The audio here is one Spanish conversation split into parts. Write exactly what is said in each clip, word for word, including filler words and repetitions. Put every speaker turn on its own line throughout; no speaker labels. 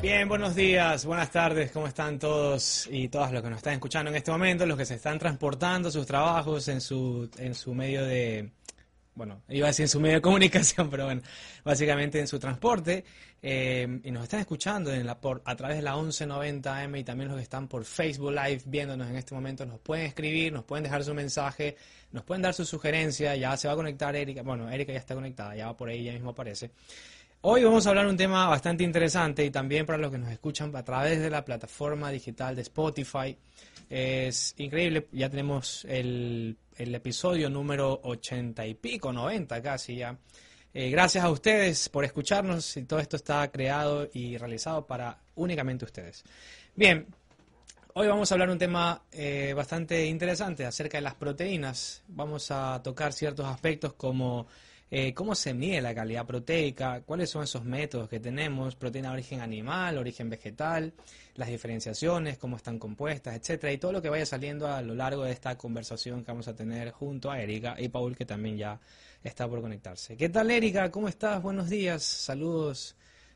Bien, buenos días, buenas tardes, ¿cómo están todos y todas los que nos están escuchando en este momento, los que se están transportando a sus trabajos en su, en su medio de, bueno, iba a decir en su medio de comunicación, pero bueno, básicamente en su transporte, eh, y nos están escuchando en la, por, a través de la once noventa A M y también los que están por Facebook Live viéndonos en este momento, nos pueden escribir, nos pueden dejar su mensaje, nos pueden dar su sugerencia, ya se va a conectar Erika, bueno, Erika ya está conectada, ya va por ahí, ya mismo aparece. Hoy vamos a hablar de un tema bastante interesante y también para los que nos escuchan a través de la plataforma digital de Spotify. Es increíble, ya tenemos el, el episodio número ochenta y pico, noventa casi ya. Eh, gracias a ustedes por escucharnos y todo esto está creado y realizado para únicamente ustedes. Bien, hoy vamos a hablar de un tema eh, bastante interesante acerca de las proteínas. Vamos a tocar ciertos aspectos como Eh, cómo se mide la calidad proteica, cuáles son esos métodos que tenemos, proteína de origen animal, origen vegetal, las diferenciaciones, cómo están compuestas, etcétera, y todo lo que vaya saliendo a lo largo de esta conversación que vamos a tener junto a Erika y Paul, que también ya está por conectarse. ¿Qué tal, Erika? ¿Cómo estás? Buenos días, saludos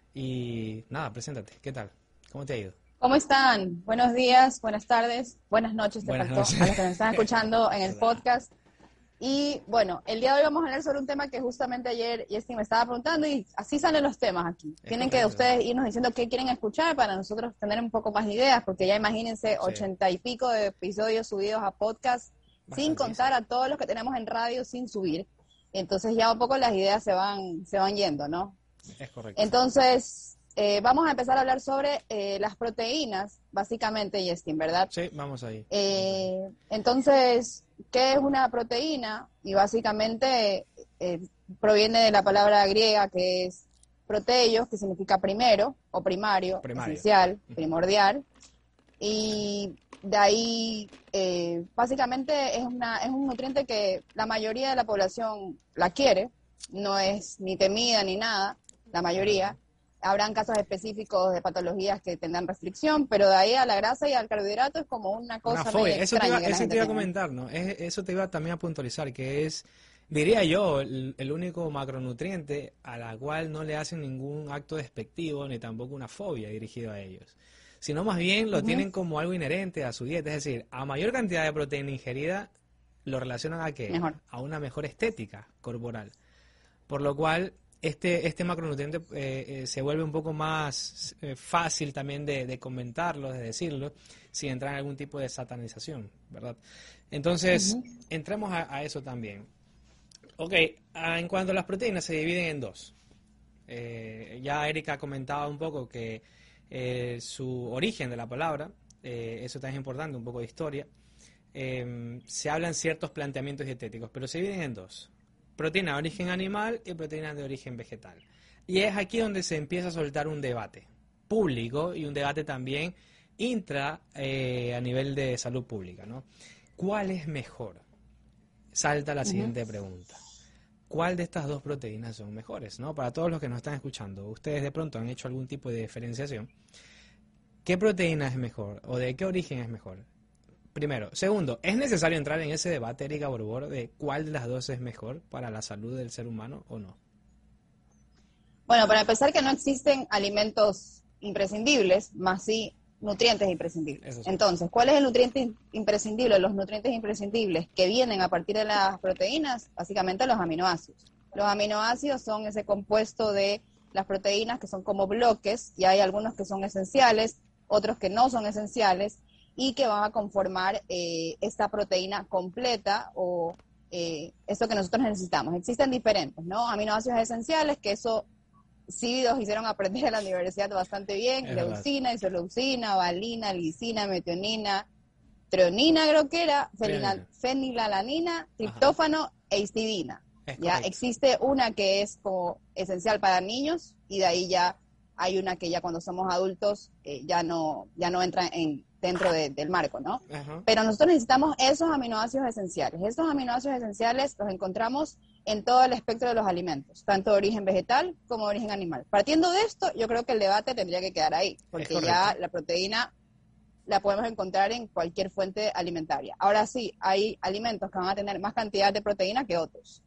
y nada, preséntate. ¿Qué tal? ¿Cómo te ha ido?
¿Cómo están? Buenos días, buenas tardes, buenas noches, te
Buenas
faltó,
noches.
a los que nos están escuchando en el podcast. Y bueno, el día de hoy vamos a hablar sobre un tema que justamente ayer Justin me estaba preguntando y así salen los temas aquí.
Es
Tienen
correcto.
que ustedes irnos diciendo qué quieren escuchar para nosotros tener un poco más de ideas, porque ya imagínense
Sí.
ochenta y pico de episodios subidos a podcast, sin contar a todos los que tenemos en radio sin subir. Entonces ya un poco las ideas se van, se van yendo, ¿no?
Es correcto.
Entonces, eh, vamos a empezar a hablar sobre eh, las proteínas, básicamente, Justin, ¿verdad?
Sí, vamos ahí.
Eh, entonces, ¿qué es una proteína? Y básicamente eh, proviene de la palabra griega que es proteios, que significa primero o primario,
Primario.
esencial, primordial. Y de ahí, eh, básicamente es, una, es un nutriente que la mayoría de la población la quiere, no es ni temida ni nada, la mayoría. Habrán casos específicos de patologías que tendrán restricción, pero de ahí a la grasa y al carbohidrato es como una cosa
Una fobia.
medio
Eso te
extraña
iba,
que la
eso
gente
te iba a
tenga.
comentar, ¿no? Es- eso te iba también a puntualizar, que es, diría yo, el, el único macronutriente a la cual no le hacen ningún acto despectivo ni tampoco una fobia dirigido a ellos, sino más bien lo
Ujú.
tienen como algo inherente a su dieta. Es decir, a mayor cantidad de proteína ingerida, lo relacionan a qué?
Mejor.
A una mejor estética corporal. Por lo cual, este, este macronutriente eh, eh, se vuelve un poco más eh, fácil también de, de comentarlo, de decirlo, sin entrar en algún tipo de satanización, ¿verdad? Entonces,
Ujú.
entremos a, a eso también. Ok, ah, en cuanto a las proteínas, se dividen en dos. Eh, ya Erika comentaba un poco que eh, su origen de la palabra, eh, eso también es importante, un poco de historia. Eh, se hablan ciertos planteamientos dietéticos, pero se dividen en dos: proteína de origen animal y proteína de origen vegetal. Y es aquí donde se empieza a soltar un debate público y un debate también intra eh, a nivel de salud pública, ¿no? ¿Cuál es mejor? Salta la
Ujú.
siguiente pregunta. ¿Cuál de estas dos proteínas son mejores, ¿no? Para todos los que nos están escuchando, ustedes de pronto han hecho algún tipo de diferenciación. ¿Qué proteína es mejor o de qué origen es mejor? Primero. Segundo, ¿es necesario entrar en ese debate, Erika Borbor, de cuál de las dos es mejor para la salud del ser humano o no?
Bueno, para empezar que no existen alimentos imprescindibles, más sí nutrientes imprescindibles.
Eso sí.
Entonces, ¿cuál es el nutriente in- imprescindible? Los nutrientes imprescindibles que vienen a partir de las proteínas, básicamente los aminoácidos. Los aminoácidos son ese compuesto de las proteínas que son como bloques, y hay algunos que son esenciales, otros que no son esenciales, y que van a conformar eh, esta proteína completa o eh, eso que nosotros necesitamos. Existen diferentes, ¿no? Aminoácidos esenciales, que eso sí los hicieron aprender en la universidad bastante bien:
Es verdad.
leucina, isoleucina, valina, lisina, metionina, treonina, creo que era, felina-
Treonina.
fenilalanina, triptófano e histidina.
Es
Ya
correcto.
existe una que es como esencial para niños, y de ahí ya hay una que ya cuando somos adultos eh, ya no ya no entra en dentro de- del marco, ¿no?
Ajá.
Pero nosotros necesitamos esos aminoácidos esenciales. Esos aminoácidos esenciales los encontramos en todo el espectro de los alimentos, tanto de origen vegetal como de origen animal. Partiendo de esto, yo creo que el debate tendría que quedar ahí, porque
correcto.
ya la proteína la podemos encontrar en cualquier fuente alimentaria. Ahora sí, hay alimentos que van a tener más cantidad de proteína que otros.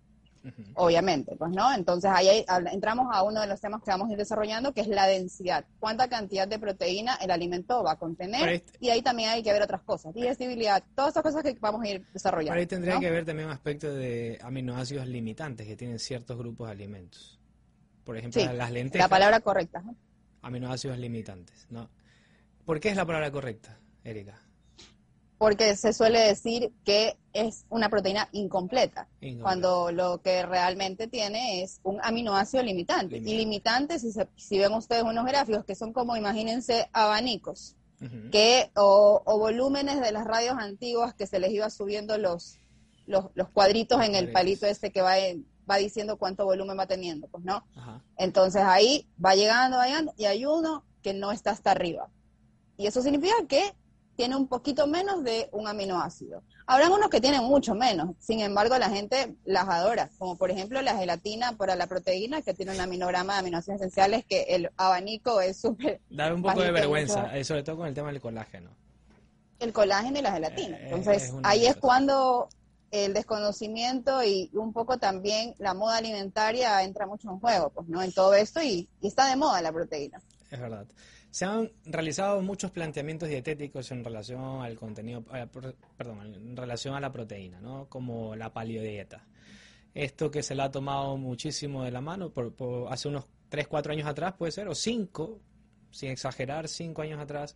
Uh-huh. Obviamente, pues no. Entonces ahí hay, entramos a uno de los temas que vamos a ir desarrollando, que es la densidad. ¿Cuánta cantidad de proteína el alimento va a contener? Ahí, y ahí también hay que ver otras cosas, digestibilidad, todas estas cosas que vamos a ir desarrollando.
Ahí tendría, ¿no?, que ver también un aspecto de aminoácidos limitantes que tienen ciertos grupos de alimentos. Por ejemplo, sí, las lentejas.
La palabra correcta. ¿no?
Aminoácidos limitantes, ¿no? ¿Por qué es la palabra correcta, Erika?
Porque se suele decir que es una proteína incompleta, incompleta, cuando lo que realmente tiene es un aminoácido limitante. Limitante. Y limitante, si, se, si ven ustedes unos gráficos que son como, imagínense, abanicos, uh-huh. que o, o volúmenes de las radios antiguas que se les iba subiendo los, los, los cuadritos en el palito este que va, en, va diciendo cuánto volumen va teniendo, pues, ¿no? Uh-huh. Entonces ahí va llegando, va llegando, y hay uno que no está hasta arriba. Y eso significa que tiene un poquito menos de un aminoácido. Habrán unos que tienen mucho menos, sin embargo la gente las adora, como por ejemplo la gelatina para la proteína, que tiene un aminograma de aminoácidos esenciales, que el abanico es súper...
Da un poco de vergüenza, mucho, sobre todo con el tema del colágeno.
El colágeno y la gelatina. Entonces eh, es ahí es cuando el desconocimiento y un poco también la moda alimentaria entra mucho en juego, pues, ¿no? En todo esto, y, y está de moda la proteína.
Es verdad. Se han realizado muchos planteamientos dietéticos en relación al contenido, eh, perdón, en relación a la proteína, ¿no? Como la paleodieta. Esto que se le ha tomado muchísimo de la mano por, por hace unos tres, cuatro años atrás, puede ser, o cinco, sin exagerar, cinco años atrás,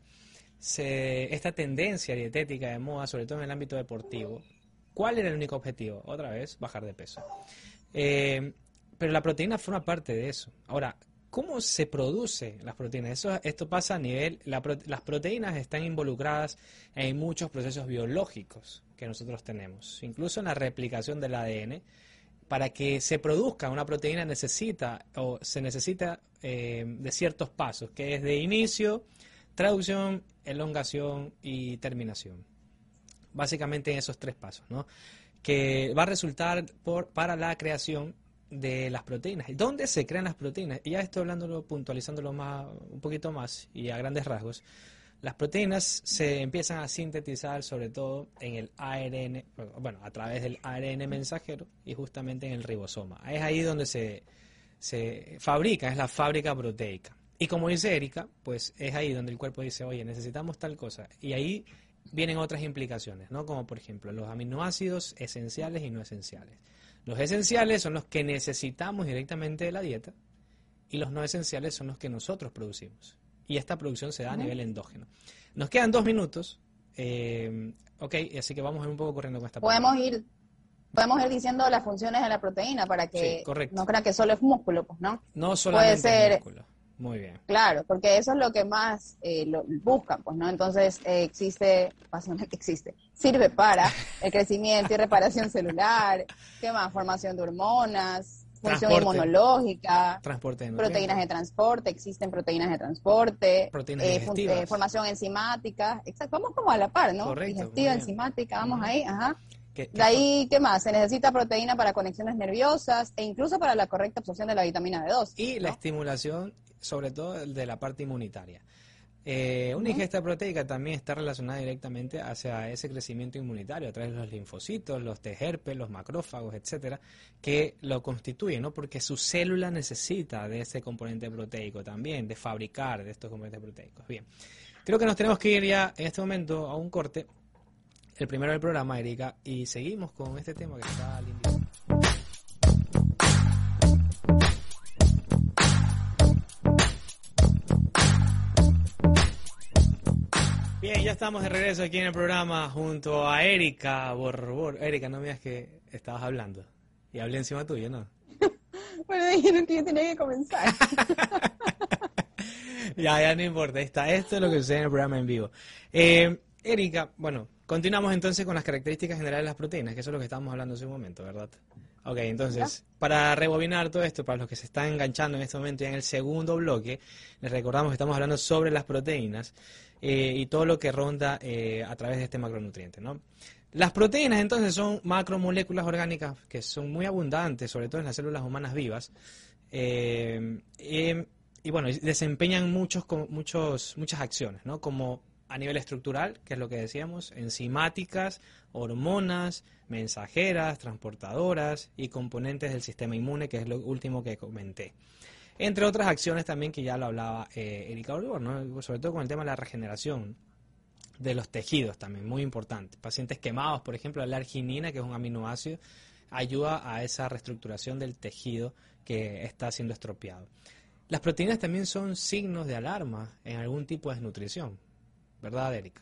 se, esta tendencia dietética de moda, sobre todo en el ámbito deportivo. ¿Cuál era el único objetivo? Otra vez, bajar de peso. Eh, pero la proteína forma parte de eso. Ahora, ¿cómo se producen las proteínas? Eso, esto pasa a nivel... La, las proteínas están involucradas en muchos procesos biológicos que nosotros tenemos. Incluso en la replicación del A D N. Para que se produzca una proteína necesita o se necesita eh, de ciertos pasos, que es de inicio, traducción, elongación y terminación. Básicamente en esos tres pasos, ¿no? Que va a resultar por, para la creación de las proteínas. ¿Dónde se crean las proteínas? Y ya estoy hablándolo, puntualizándolo más, un poquito más y a grandes rasgos. Las proteínas se empiezan a sintetizar sobre todo en el A R N, bueno, a través del A R N mensajero y justamente en el ribosoma. Es ahí donde se, se fabrica, es la fábrica proteica. Y como dice Erika, pues es ahí donde el cuerpo dice, oye, necesitamos tal cosa. Y ahí vienen otras implicaciones, ¿no? Como por ejemplo los aminoácidos esenciales y no esenciales. Los esenciales son los que necesitamos directamente de la dieta y los no esenciales son los que nosotros producimos. Y esta producción se da a nivel endógeno. Nos quedan dos minutos, eh, ok, así que vamos a ir un poco corriendo con esta parte.
Podemos ir, podemos ir diciendo las funciones de la proteína para que sí, no crean que solo es músculo, pues, ¿no?
No solamente Puede ser, es músculo. Muy bien.
Claro, porque eso es lo que más eh, lo buscan, pues, ¿no? Entonces eh, existe, básicamente existe, sirve para el crecimiento y reparación celular, ¿qué más? Formación de hormonas, función transporte, inmunológica,
transporte de
proteínas de transporte, existen proteínas de transporte,
proteínas
eh, fun eh, formación enzimática, exacto, vamos como a la par, ¿no?
Correcto,
digestiva, enzimática, vamos uh-huh. ahí, ajá.
¿Qué, qué
de ahí, ¿qué más? Se necesita proteína para conexiones nerviosas e incluso para la correcta absorción de la vitamina B dos.
Y
¿no?
la estimulación, sobre todo de la parte inmunitaria. Eh, una uh-huh. ingesta proteica también está relacionada directamente hacia ese crecimiento inmunitario a través de los linfocitos, los T herpes, los macrófagos, etcétera, que lo constituyen, ¿no? Porque su célula necesita de ese componente proteico también, de fabricar de estos componentes proteicos. Bien, creo que nos tenemos que ir ya en este momento a un corte, el primero del programa, Erika, y seguimos con este tema que está lindo. Bien, ya estamos de regreso aquí en el programa junto a Erika Borbor. Erika, no me digas que estabas hablando y hablé encima tuyo, ¿no?
Bueno, dijeron que yo tenía que comenzar.
ya, ya no importa, está. Esto es lo que sucede en el programa en vivo. Eh, Erika, bueno, continuamos entonces con las características generales de las proteínas, que eso es lo que estábamos hablando hace un momento, ¿verdad? Ok, entonces, ¿ya? Para rebobinar todo esto, para los que se están enganchando en este momento ya en el segundo bloque, les recordamos que estamos hablando sobre las proteínas eh, y todo lo que ronda eh, a través de este macronutriente, ¿no? Las proteínas entonces son macromoléculas orgánicas que son muy abundantes, sobre todo en las células humanas vivas, eh, eh, y bueno, desempeñan muchos, muchos, muchas acciones, ¿no? Como a nivel estructural, que es lo que decíamos, enzimáticas, hormonas, mensajeras, transportadoras y componentes del sistema inmune, que es lo último que comenté. Entre otras acciones también que ya lo hablaba eh, Erika Orbor, ¿no? Sobre todo con el tema de la regeneración de los tejidos también, muy importante. Pacientes quemados, por ejemplo, la arginina, que es un aminoácido, ayuda a esa reestructuración del tejido que está siendo estropeado. Las proteínas también son signos de alarma en algún tipo de desnutrición, ¿verdad, Erika?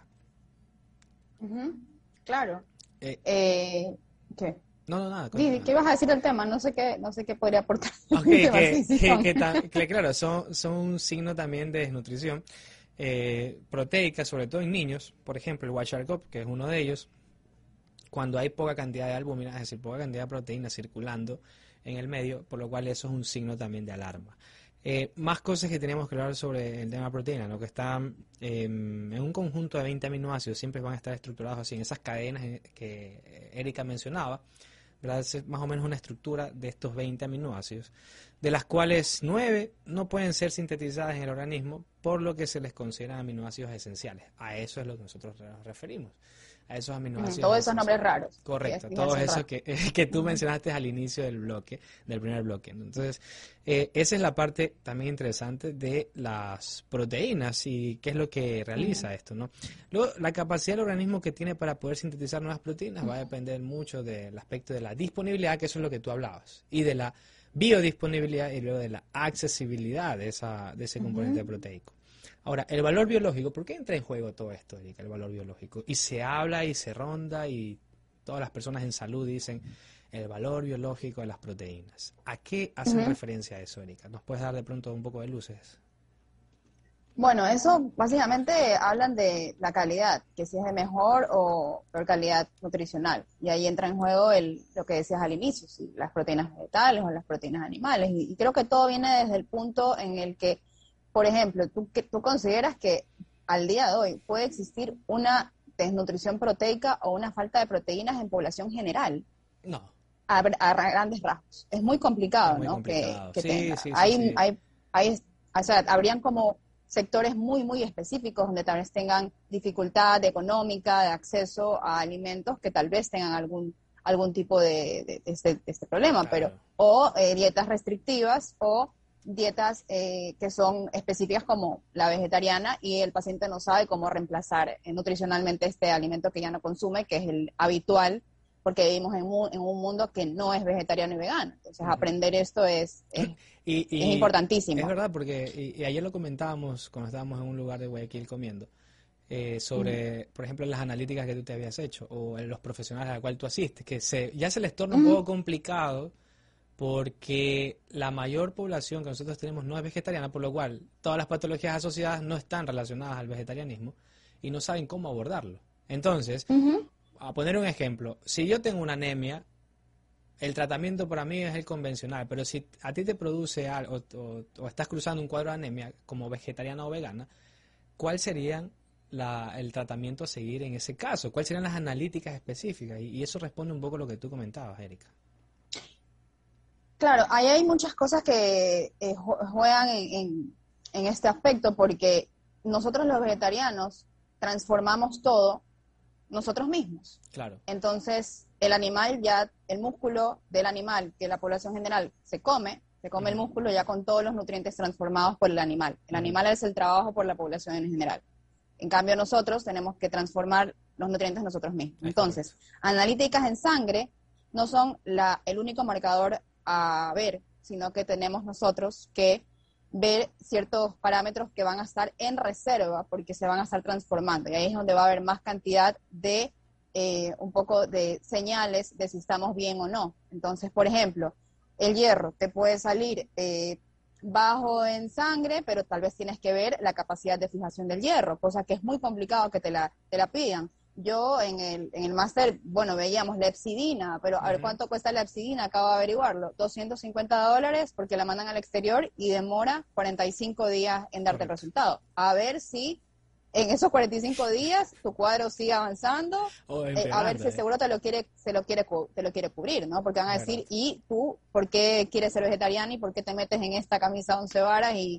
Uh-huh. Claro.
Eh,
eh, ¿Qué?
No, no, nada.
Didi, ¿qué ibas a decir del tema? No sé qué, no sé qué podría aportar.
Okay, que, que, que, tan, que claro, son, son un signo también de desnutrición eh, proteica, sobre todo en niños. Por ejemplo, el Kwashiorkor, que es uno de ellos, cuando hay poca cantidad de albúmina, es decir, poca cantidad de proteína circulando en el medio, por lo cual eso es un signo también de alarma. Eh, más cosas que tenemos que hablar sobre el tema de proteína, ¿no? Que están eh, en un conjunto de veinte aminoácidos, siempre van a estar estructurados así, en esas cadenas que Erika mencionaba, ¿verdad? Es más o menos una estructura de estos veinte aminoácidos, de las cuales nueve no pueden ser sintetizadas en el organismo, por lo que se les consideran aminoácidos esenciales. A eso es lo que nosotros nos referimos, a esos aminoácidos.
Todos esos nombres raros.
Correcto, todos esos que, que tú mencionaste al inicio del bloque, del primer bloque. Entonces, eh, esa es la parte también interesante de las proteínas y qué es lo que realiza uh-huh. esto, ¿no? Luego, la capacidad del organismo que tiene para poder sintetizar nuevas proteínas uh-huh. va a depender mucho del aspecto de la disponibilidad, que eso es lo que tú hablabas, y de la biodisponibilidad y luego de la accesibilidad de, esa, de ese componente uh-huh. proteico. Ahora, el valor biológico, ¿por qué entra en juego todo esto, Erika, el valor biológico? Y se habla y se ronda y todas las personas en salud dicen el valor biológico de las proteínas. ¿A qué hacen uh-huh. referencia a eso, Erika? ¿Nos puedes dar de pronto un poco de luces?
Bueno, eso básicamente hablan de la calidad, que si es de mejor o peor calidad nutricional. Y ahí entra en juego el, lo que decías al inicio, si las proteínas vegetales o las proteínas animales. Y, y creo que todo viene desde el punto en el que, por ejemplo, ¿tú, que, tú consideras que al día de hoy puede existir una desnutrición proteica o una falta de proteínas en población general?
No.
A, a grandes rasgos. Es muy complicado,
es muy
¿no?
Complicado.
Que, que
sí,
tenga.
Sí, sí,
hay,
sí.
Hay, hay, o sea, habrían como sectores muy, muy específicos donde tal vez tengan dificultad económica de acceso a alimentos que tal vez tengan algún algún tipo de, de, de, este, de este problema, claro. pero o eh, dietas restrictivas o dietas eh, que son específicas como la vegetariana y el paciente no sabe cómo reemplazar eh, nutricionalmente este alimento que ya no consume, que es el habitual, porque vivimos en un, en un mundo que no es vegetariano y vegano. Entonces, uh-huh. aprender esto es, es,
y, y,
es importantísimo.
Es verdad, porque y, y ayer lo comentábamos cuando estábamos en un lugar de Guayaquil comiendo, eh, sobre, uh-huh. por ejemplo, las analíticas que tú te habías hecho o los profesionales a los cuales tú asistes, que se, ya se les torna uh-huh. un poco complicado porque la mayor población que nosotros tenemos no es vegetariana, por lo cual todas las patologías asociadas no están relacionadas al vegetarianismo y no saben cómo abordarlo. Entonces, uh-huh. a poner un ejemplo, si yo tengo una anemia, el tratamiento para mí es el convencional, pero si a ti te produce algo o, o, o estás cruzando un cuadro de anemia como vegetariana o vegana, ¿cuál sería la, el tratamiento a seguir en ese caso? ¿Cuáles serían las analíticas específicas? Y, y eso responde un poco a lo que tú comentabas, Erika.
Claro, ahí hay muchas cosas que eh, juegan en, en, en este aspecto, porque nosotros los vegetarianos transformamos todo nosotros mismos.
Claro. Entonces,
el animal ya, el músculo del animal que la población general se come, se come uh-huh. el músculo ya con todos los nutrientes transformados por el animal. El uh-huh. animal es el trabajo por la población en general. En cambio, nosotros tenemos que transformar los nutrientes nosotros mismos. Es Entonces, correcto. Analíticas en sangre no son la, el único marcador a ver, sino que tenemos nosotros que ver ciertos parámetros que van a estar en reserva porque se van a estar transformando. Y ahí es donde va a haber más cantidad de eh, un poco de señales de si estamos bien o no. Entonces, por ejemplo, el hierro te puede salir eh, bajo en sangre, pero tal vez tienes que ver la capacidad de fijación del hierro, cosa que es muy complicado que te la, te la pidan. Yo en el, en el máster, bueno, veíamos la epsidina, pero a ver cuánto cuesta la epsidina, acabo de averiguarlo, doscientos cincuenta dólares porque la mandan al exterior y demora cuarenta y cinco días en darte Correcto. El resultado. A ver si en esos cuarenta y cinco días tu cuadro sigue avanzando, oh, eh, a ver si seguro te lo quiere, se lo quiere, te lo quiere cubrir, ¿no? Porque van a decir, ¿y tú por qué quieres ser vegetariano y por qué te metes en esta camisa once varas y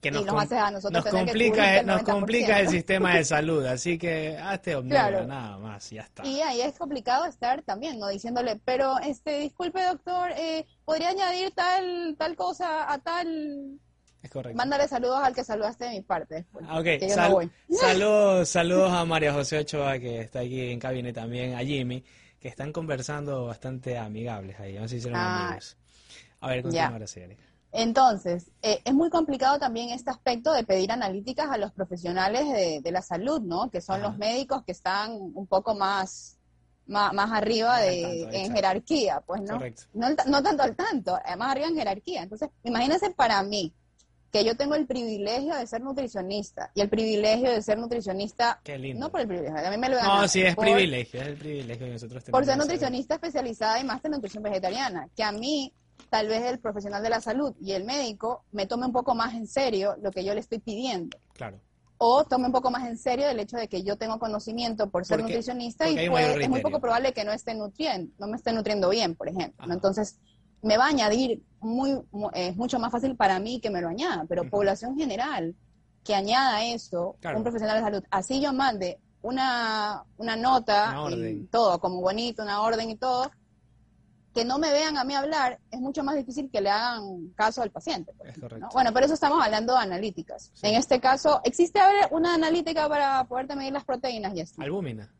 que nos,
y nos hace a nosotros
nos
tener
complica,
que
el, nos complica el sistema de salud, así que hazte omnívoro,
claro.
nada más, ya está.
Y ahí es complicado estar también, ¿no? Diciéndole, pero, este, disculpe doctor, eh, ¿podría añadir tal, tal cosa a tal...?
Es correcto.
Mándale saludos al que saludaste de mi parte después,
Ok,
que yo
Sal
no voy.
saludos, saludos a María José Ochoa, que está aquí en cabina, también a Jimmy, que están conversando bastante amigables ahí, no sé si hicieron
Ah,
amigos. A ver, continúa ahora, sí, Erika.
Entonces, eh, es muy complicado también este aspecto de pedir analíticas a los profesionales de, de la salud, ¿no? Que son
Ajá.
los médicos que están un poco más, más, más arriba
Más al
de,
tanto,
en
exacto.
jerarquía, pues, ¿no?
Correcto.
No, el ta- no tanto al tanto, eh, más arriba en jerarquía. Entonces, imagínense para mí, que yo tengo el privilegio de ser nutricionista, y el privilegio de ser nutricionista,
Qué lindo.
no por el privilegio, a mí me lo he ganado,
No, sí, es
por-
privilegio, es el privilegio que nosotros tenemos.
por ser
de saber.
nutricionista especializada y máster en nutrición vegetariana, que a mí, tal vez el profesional de la salud y el médico me tome un poco más en serio lo que yo le estoy pidiendo.
Claro.
O tome un poco más en serio el hecho de que yo tengo conocimiento por ser
Porque-
nutricionista
porque hay
y
un
pues,
mayor
es muy
criterio.
poco probable que no esté nutriendo, no me esté nutriendo bien, por ejemplo. ¿no?
Ajá.
Entonces, me va a añadir muy, mu- es mucho más fácil para mí que me lo añada, pero
Ujú.
población general que añada eso,
Claro.
un profesional de salud, así yo mande una, una nota
Una
y
orden.
todo, como bonito, una orden y todo, que no me vean a mí hablar, es mucho más difícil que le hagan caso al paciente. por
Es
ejemplo,
correcto.
¿no? Bueno, pero eso estamos hablando de analíticas.
Sí.
En este caso, ¿existe ahora una analítica para poderte medir las proteínas? Yes.
Albúmina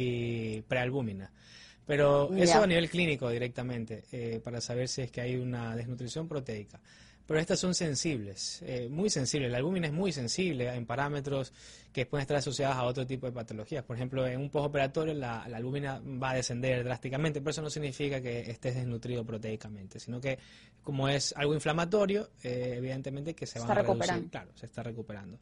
y prealbúmina. Pero
Ya.
eso a nivel clínico directamente, eh, para saber si es que hay una desnutrición proteica. Pero estas son sensibles, eh, muy sensibles. La albúmina es muy sensible en parámetros que pueden estar asociados a otro tipo de patologías. Por ejemplo, en un postoperatorio la, la albúmina va a descender drásticamente, pero eso no significa que estés desnutrido proteicamente, sino que como es algo inflamatorio, eh, evidentemente que se
Se
van
está
a reducir.
recuperando.
Claro, se está recuperando.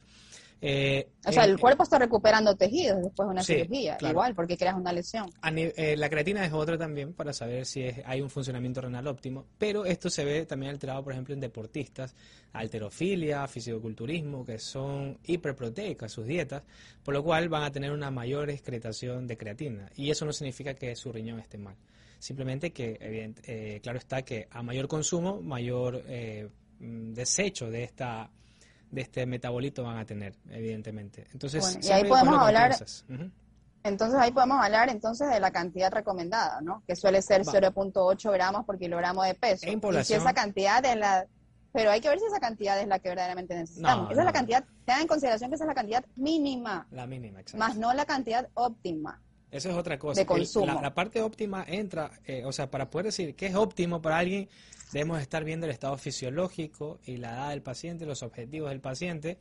Eh,
O sea,
en-
el cuerpo está recuperando tejidos después de una
Sí,
cirugía,
claro.
igual, porque creas una lesión.
A ni- eh, la creatina es otra también para saber si es- hay un funcionamiento renal óptimo, pero esto se ve también alterado, por ejemplo, en deportistas, halterofilia, fisicoculturismo, que son hiperproteicas sus dietas, por lo cual van a tener una mayor excretación de creatina. Y eso no significa que su riñón esté mal, simplemente que, evidente- eh, claro está que a mayor consumo, mayor eh, mm, desecho de esta de este metabolito van a tener, evidentemente. Entonces,
Bueno, y
siempre
ahí podemos
cuando
hablar-
compensas. Ujú.
Entonces ahí podemos hablar entonces de la cantidad recomendada, ¿no? Que suele ser
Va.
cero punto ocho gramos por kilogramo de peso.
En
Y si
población-
esa cantidad es la... Pero hay que ver si esa cantidad es la que verdaderamente necesitamos.
No,
esa es la
no.
cantidad, tengan en consideración que esa es la cantidad mínima,
La mínima, exacto.
más no la cantidad óptima.
Eso es otra cosa.
de
El-
consumo.
la, la parte óptima entra, eh, o sea, para poder decir qué es óptimo para alguien, debemos estar viendo el estado fisiológico y la edad del paciente, los objetivos del paciente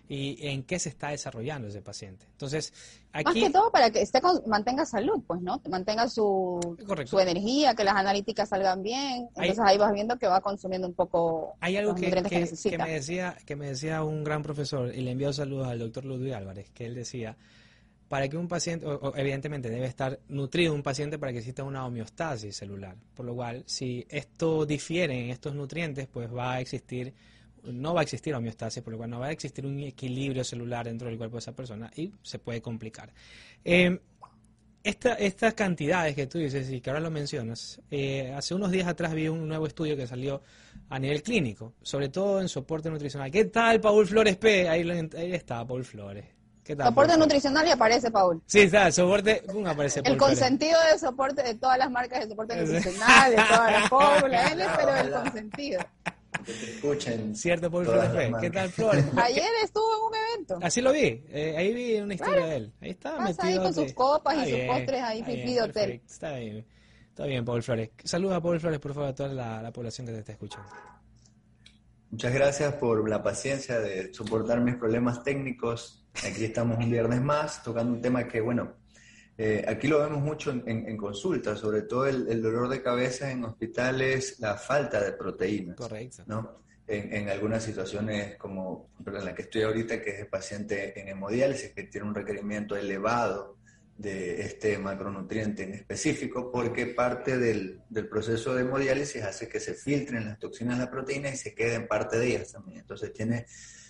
y en qué se está desarrollando ese paciente. Entonces,
Más
aquí...
que todo para que esté con- mantenga salud, pues, ¿no? Que mantenga su,
Correcto.
su energía, que las analíticas salgan bien.
Hay-
Entonces ahí vas viendo que va consumiendo un poco
Hay algo
los
que,
nutrientes que,
que-
necesita.
que me decía, que me decía un gran profesor, y le envío saludos al doctor Ludwig Álvarez, que él decía, para que un paciente, o- o evidentemente debe estar nutrido un paciente para que exista una homeostasis celular, por lo cual si esto difiere en estos nutrientes, pues va a existir, no va a existir homeostasis, por lo cual no va a existir un equilibrio celular dentro del cuerpo de esa persona y se puede complicar. Eh, Esta, estas cantidades que tú dices y que ahora lo mencionas, eh, hace unos días atrás vi un nuevo estudio que salió a nivel clínico, sobre todo en soporte nutricional. ¿Qué tal, Paul Flores P? Ahí, lo- ahí está, Paul Flores. ¿Qué tal,
Soporte
Paul Flores?
nutricional y aparece Paul.
Sí, está, soporte, pum, aparece Paul
El
Flores.
consentido de soporte de todas las marcas de soporte
Sí.
nutricional, de todas las fórmulas, él es pero el consentido.
Que te escuchen.
Cierto, Paul
todas
Flores
las
P. ¿Qué tal,
marcas.
Flores?
Ayer estuvo en un evento.
Así lo vi, eh, ahí vi una historia de él. Ahí está
Pasa
metido.
ahí con sus copas y
Está
sus
bien,
postres ahí,
está
pipí
bien,
de hotel.
perfecto, Está bien, está bien, Paul Flores. Saluda a Paul Flores, por favor, a toda la, la población que te está escuchando.
Muchas gracias por la paciencia de soportar mis problemas técnicos. Aquí estamos un viernes más tocando un tema que, bueno, eh, aquí lo vemos mucho en, en, en consulta, sobre todo el, el dolor de cabeza en hospitales, la falta de proteínas.
Correcto.
¿No? En, en algunas situaciones como en la que estoy ahorita, que es el paciente en hemodiálisis, que tiene un requerimiento elevado de este macronutriente en específico, porque parte del, del proceso de hemodiálisis hace que se filtren las toxinas de la proteína y se queden parte de ellas también. Entonces tiene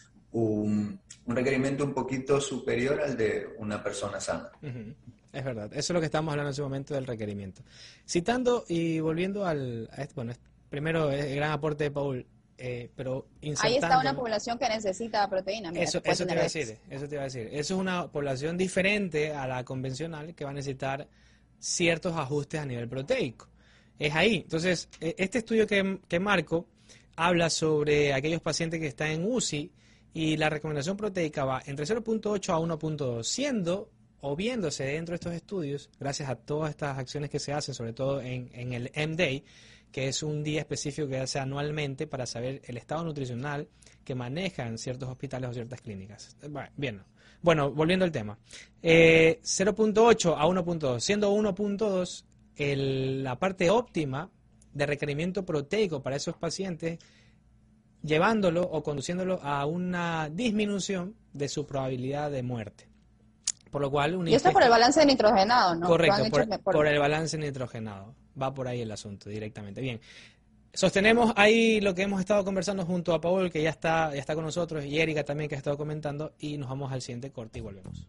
un, un requerimiento un poquito superior al de una persona sana.
Uh-huh. Es verdad, eso es lo que estamos hablando en ese momento del requerimiento. Citando y volviendo al, a este, bueno, primero el gran aporte de Paul, eh, pero
ahí está una
insertándolo-
población que necesita proteína. Mira,
Eso,
que puede
eso te
tener
iba a
X.
decir, eso te iba a decir. Eso es una población diferente a la convencional que va a necesitar ciertos ajustes a nivel proteico. Es ahí. Entonces, eh, este estudio que, que marco habla sobre aquellos pacientes que están en U C I y la recomendación proteica va entre cero punto ocho a uno punto dos, siendo o viéndose dentro de estos estudios, gracias a todas estas acciones que se hacen, sobre todo en, en el M-Day, que es un día específico que se hace anualmente para saber el estado nutricional que manejan ciertos hospitales o ciertas clínicas. Bueno, bien. Bueno, volviendo al tema. Eh, cero punto ocho a uno punto dos, siendo uno punto dos el- la parte óptima de requerimiento proteico para esos pacientes, llevándolo o conduciéndolo a una disminución de su probabilidad de muerte. Por lo cual, una
Y esto es por el
ingesta-
balance de nitrogenado, ¿no? Lo
Correcto,
han
por,
hecho por-
por el balance nitrogenado. Va por ahí el asunto directamente. Bien. Sostenemos ahí lo que hemos estado conversando junto a Paul, que ya está, ya está con nosotros, y Erika también, que ha estado comentando, y nos vamos al siguiente corte y volvemos.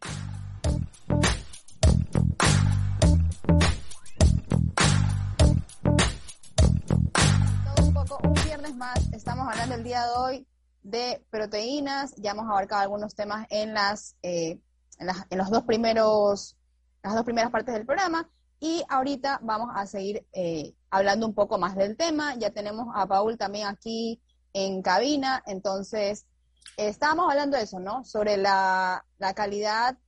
todo un poco, un viernes más, estamos hablando el día de hoy de proteínas, ya hemos abarcado algunos temas en las, eh, en las, en los dos primeros, las dos primeras partes del programa, y ahorita vamos a seguir eh, hablando un poco más del tema. Ya tenemos a Paul también aquí en cabina, entonces eh, estábamos hablando de eso, ¿no? Sobre la, la calidad,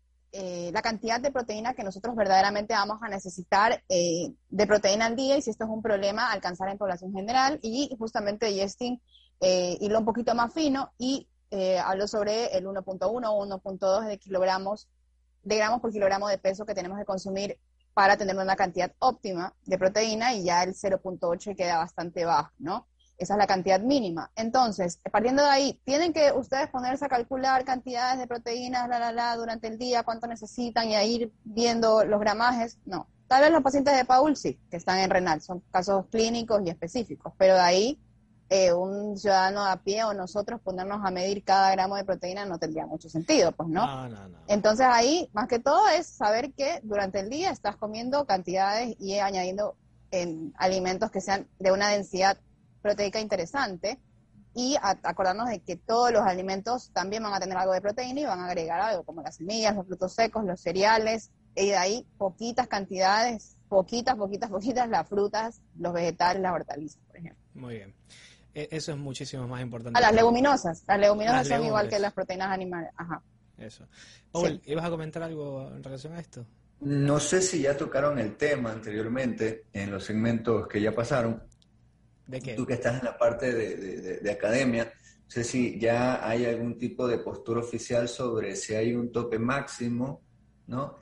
eh, la cantidad de proteína que nosotros verdaderamente vamos a necesitar eh, de proteína al día, y si esto es un problema alcanzar en población general. Y justamente Justin eh, hiló un poquito más fino y eh, habló sobre el uno punto uno o uno punto dos de kilogramos de gramos por kilogramo de peso que tenemos que consumir para tener una cantidad óptima de proteína, y ya el cero punto ocho queda bastante bajo, ¿no? Esa es la cantidad mínima. Entonces, partiendo de ahí, ¿tienen que ustedes ponerse a calcular cantidades de proteínas, la, la, la, durante el día, cuánto necesitan, y a ir viendo los gramajes? No. Tal vez los pacientes de Paul sí, que están en renal, son casos clínicos y específicos, pero de ahí eh, un ciudadano a pie o nosotros ponernos a medir cada gramo de proteína no tendría mucho sentido, pues, ¿no?
No, no, no.
Entonces ahí, más que todo, es saber que durante el día estás comiendo cantidades y añadiendo en alimentos que sean de una densidad proteica interesante, y a- acordarnos de que todos los alimentos también van a tener algo de proteína y van a agregar algo, como las semillas, los frutos secos, los cereales, y de ahí poquitas cantidades, poquitas, poquitas, poquitas, las frutas, los vegetales, las hortalizas, por ejemplo.
Muy bien. E- Eso es muchísimo más importante.
A las leguminosas, las leguminosas
Las
son igual
legumbres.
que las proteínas animales, ajá.
Eso. Paul, ¿ibas a comentar algo en relación a esto?
No sé si ya tocaron el tema anteriormente en los segmentos que ya pasaron.
¿De qué?
Tú que estás en la parte de, de- de- de academia, no sé si ya hay algún tipo de postura oficial sobre si hay un tope máximo, ¿no?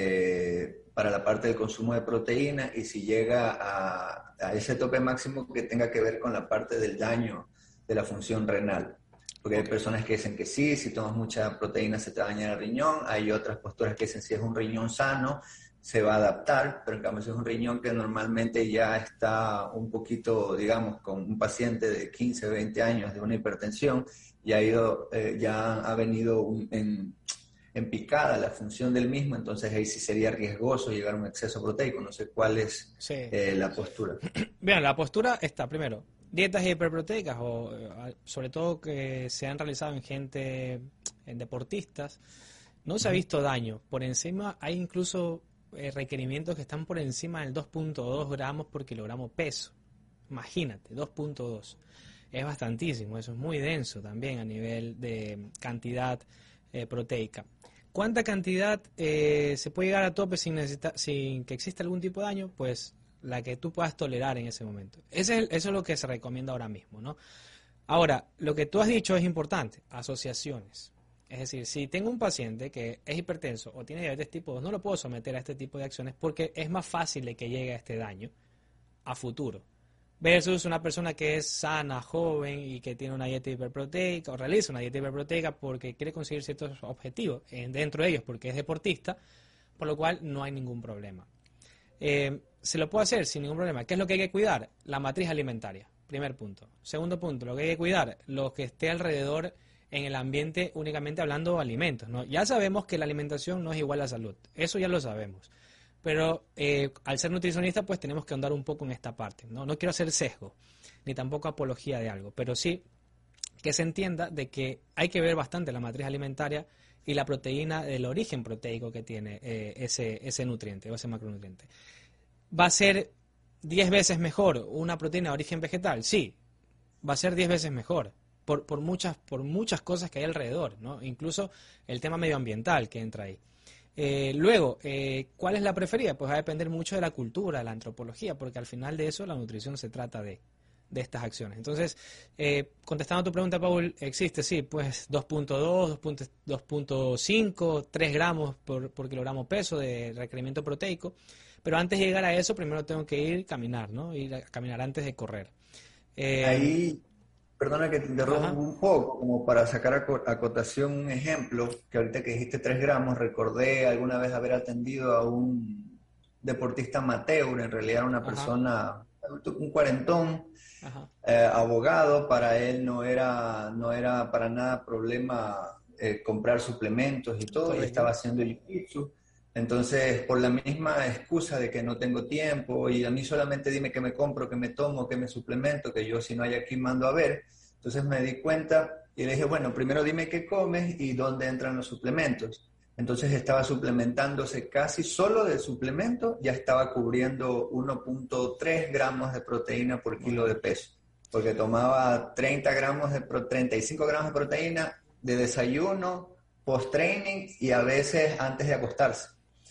Este, para la parte del consumo de proteína, y si llega a, a ese tope máximo que tenga que ver con la parte del daño de la función renal. Porque hay personas que dicen que sí, si tomas mucha proteína se te va a dañar el riñón. Hay otras posturas que dicen si es un riñón sano, se va a adaptar, pero en cambio si es un riñón que normalmente ya está un poquito, digamos, con un paciente de quince, veinte años de una hipertensión, y ha ido, eh, ya ha venido un- en, en picada la función del mismo, entonces ahí sí sería riesgoso llegar a un exceso proteico. No sé cuál es
Sí.
eh, la postura.
Bien, la postura está, primero, dietas hiperproteicas, o eh, sobre todo que se han realizado en gente, en deportistas, no se ha visto daño. Por encima, hay incluso eh, requerimientos que están por encima del dos punto dos gramos por kilogramo peso. Imagínate, dos punto dos. Es bastantísimo, eso es muy denso también a nivel de cantidad eh, proteica. ¿Cuánta cantidad eh, se puede llegar a tope sin, necesita- sin que exista algún tipo de daño? Pues la que tú puedas tolerar en ese momento. Ese es el- eso es lo que se recomienda ahora mismo, ¿no? Ahora, lo que tú has dicho es importante, asociaciones. Es decir, si tengo un paciente que es hipertenso o tiene diabetes tipo dos, no lo puedo someter a este tipo de acciones porque es más fácil de que llegue a este daño a futuro. Versus una persona que es sana, joven y que tiene una dieta hiperproteica o realiza una dieta hiperproteica porque quiere conseguir ciertos objetivos, eh, dentro de ellos porque es deportista, por lo cual no hay ningún problema. Eh, se lo puede hacer sin ningún problema. ¿Qué es lo que hay que cuidar? La matriz alimentaria, primer punto. Segundo punto, lo que hay que cuidar, lo que esté alrededor en el ambiente, únicamente hablando de alimentos, ¿no? Ya sabemos que la alimentación no es igual a salud, eso ya lo sabemos. pero eh, al ser nutricionista pues tenemos que ahondar un poco en esta parte, ¿no? No quiero hacer sesgo, ni tampoco apología de algo, pero sí que se entienda de que hay que ver bastante la matriz alimentaria y la proteína, el origen proteico que tiene eh, ese, ese nutriente o ese macronutriente. ¿Va a ser diez veces mejor una proteína de origen vegetal? Sí, va a ser diez veces mejor. Por, por, muchas, por muchas cosas que hay alrededor, ¿no? Incluso el tema medioambiental que entra ahí. Eh, luego, eh, ¿cuál es la preferida? Pues va a depender mucho de la cultura, de la antropología, porque al final de eso la nutrición se trata de, de estas acciones. Entonces, eh, contestando a tu pregunta, Paul, ¿existe? Sí, pues dos punto dos, dos punto cinco, tres gramos por, por kilogramo peso de requerimiento proteico, pero antes de llegar a eso, primero tengo que ir a caminar, ¿no? Ir a caminar antes de correr. Eh,
Ahí... Perdona que te interrumpa un poco, como para sacar a acotación un ejemplo, que ahorita que dijiste tres gramos, recordé alguna vez haber atendido a un deportista amateur, en realidad era una persona, Ajá. un cuarentón, eh, abogado, para él no era, no era para nada problema eh, comprar suplementos y todo, Correcto. Y estaba haciendo el jiu-jitsu. Entonces, por la misma excusa de que no tengo tiempo y a mí solamente dime qué me compro, qué me tomo, qué me suplemento, que yo si no hay aquí mando a ver. Entonces me di cuenta y le dije, bueno, primero dime qué comes y dónde entran los suplementos. Entonces estaba suplementándose casi solo de suplemento, ya estaba cubriendo uno punto tres gramos de proteína por kilo de peso, porque tomaba treinta gramos de pro, treinta y cinco gramos de proteína de desayuno, post-training y a veces antes de acostarse.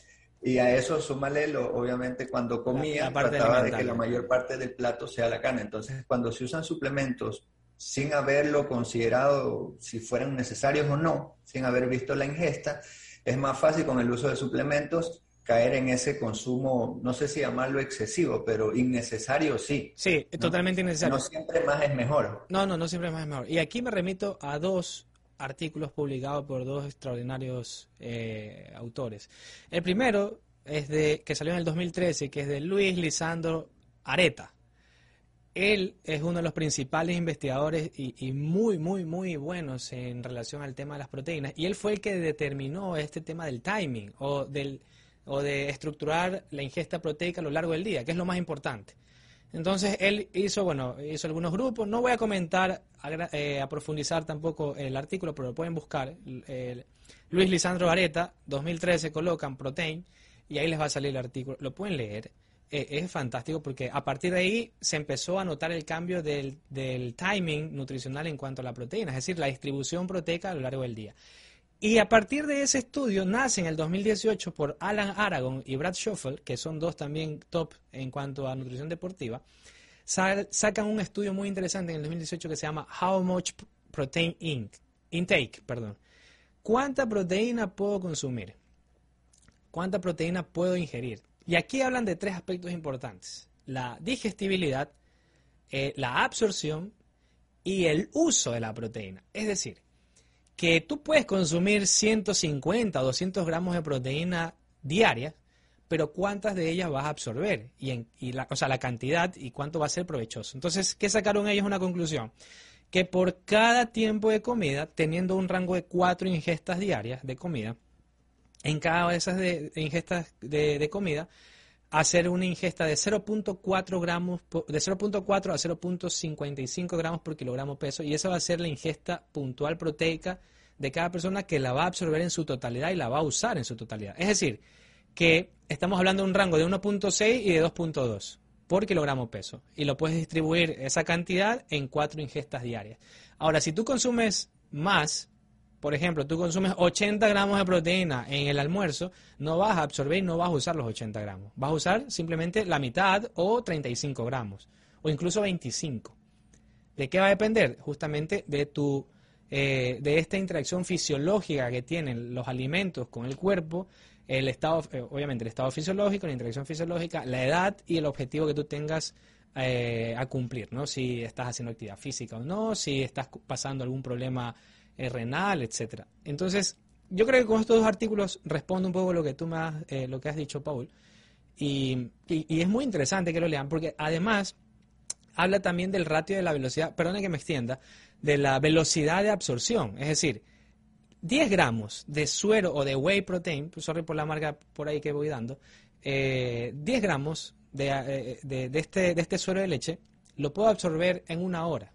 Y a eso súmale, lo, obviamente, cuando comía, la, la trataba de que la mayor parte del plato sea la carne. Entonces, cuando se usan suplementos sin haberlo considerado si fueran necesarios o no, sin haber visto la ingesta, es más fácil con el uso de suplementos caer en ese consumo, no sé si llamarlo excesivo, pero innecesario sí.
Sí, ¿no? Totalmente innecesario.
No siempre más es mejor.
No, no, no siempre más es mejor. Y aquí me remito a dos artículos publicados por dos extraordinarios eh, autores. El primero es de que salió en el dos mil trece, que es de Luis Lisandro Areta. Él es uno de los principales investigadores y, y muy, muy, muy buenos en relación al tema de las proteínas. Y él fue el que determinó este tema del timing o, del, o de estructurar la ingesta proteica a lo largo del día, que es lo más importante. Entonces él hizo, bueno, hizo algunos grupos. No voy a comentar, a, eh, a profundizar tampoco el artículo, pero lo pueden buscar. Eh, Luis Lisandro Areta, dos mil trece, colocan protein y ahí les va a salir el artículo. Lo pueden leer. Eh, es fantástico porque a partir de ahí se empezó a notar el cambio del, del timing nutricional en cuanto a la proteína, es decir, la distribución proteica a lo largo del día. Y a partir de ese estudio nace en el dos mil dieciocho por Alan Aragon y Brad Schoeffel, que son dos también top en cuanto a nutrición deportiva, sacan un estudio muy interesante en el dos mil dieciocho que se llama How Much Protein Intake, perdón. ¿Cuánta proteína puedo consumir? ¿Cuánta proteína puedo ingerir? Y aquí hablan de tres aspectos importantes: la digestibilidad, eh, la absorción y el uso de la proteína. Es decir, que tú puedes consumir ciento cincuenta o doscientos gramos de proteína diaria, pero ¿cuántas de ellas vas a absorber? Y, en, y la, o sea, la cantidad y cuánto va a ser provechoso. Entonces, ¿qué sacaron ellos? Una conclusión: que por cada tiempo de comida, teniendo un rango de cuatro ingestas diarias de comida, en cada una de esas de, de ingestas de, de comida, hacer una ingesta de cero punto cuatro gramos, de cero punto cuatro a cero punto cincuenta y cinco gramos por kilogramo peso, y esa va a ser la ingesta puntual proteica de cada persona, que la va a absorber en su totalidad y la va a usar en su totalidad. Es decir, que estamos hablando de un rango de uno punto seis y de dos punto dos por kilogramo peso, y lo puedes distribuir esa cantidad en cuatro ingestas diarias. Ahora, si tú consumes más, por ejemplo, tú consumes ochenta gramos de proteína en el almuerzo, no vas a absorber y no vas a usar los ochenta gramos. Vas a usar simplemente la mitad o treinta y cinco gramos, o incluso veinticinco. ¿De qué va a depender? Justamente de tu, eh, de esta interacción fisiológica que tienen los alimentos con el cuerpo, el estado, eh, obviamente el estado fisiológico, la interacción fisiológica, la edad y el objetivo que tú tengas eh, a cumplir, ¿no? Si estás haciendo actividad física o no, si estás pasando algún problema renal, etcétera. Entonces, yo creo que con estos dos artículos respondo un poco lo que tú me has, eh, lo que has dicho, Paul, y, y, y es muy interesante que lo lean, porque además habla también del ratio de la velocidad, perdone que me extienda, de la velocidad de absorción, es decir, diez gramos de suero o de whey protein, sorry por la marca por ahí que voy dando, eh, diez gramos de, eh, de, de, este, de este suero de leche lo puedo absorber en una hora.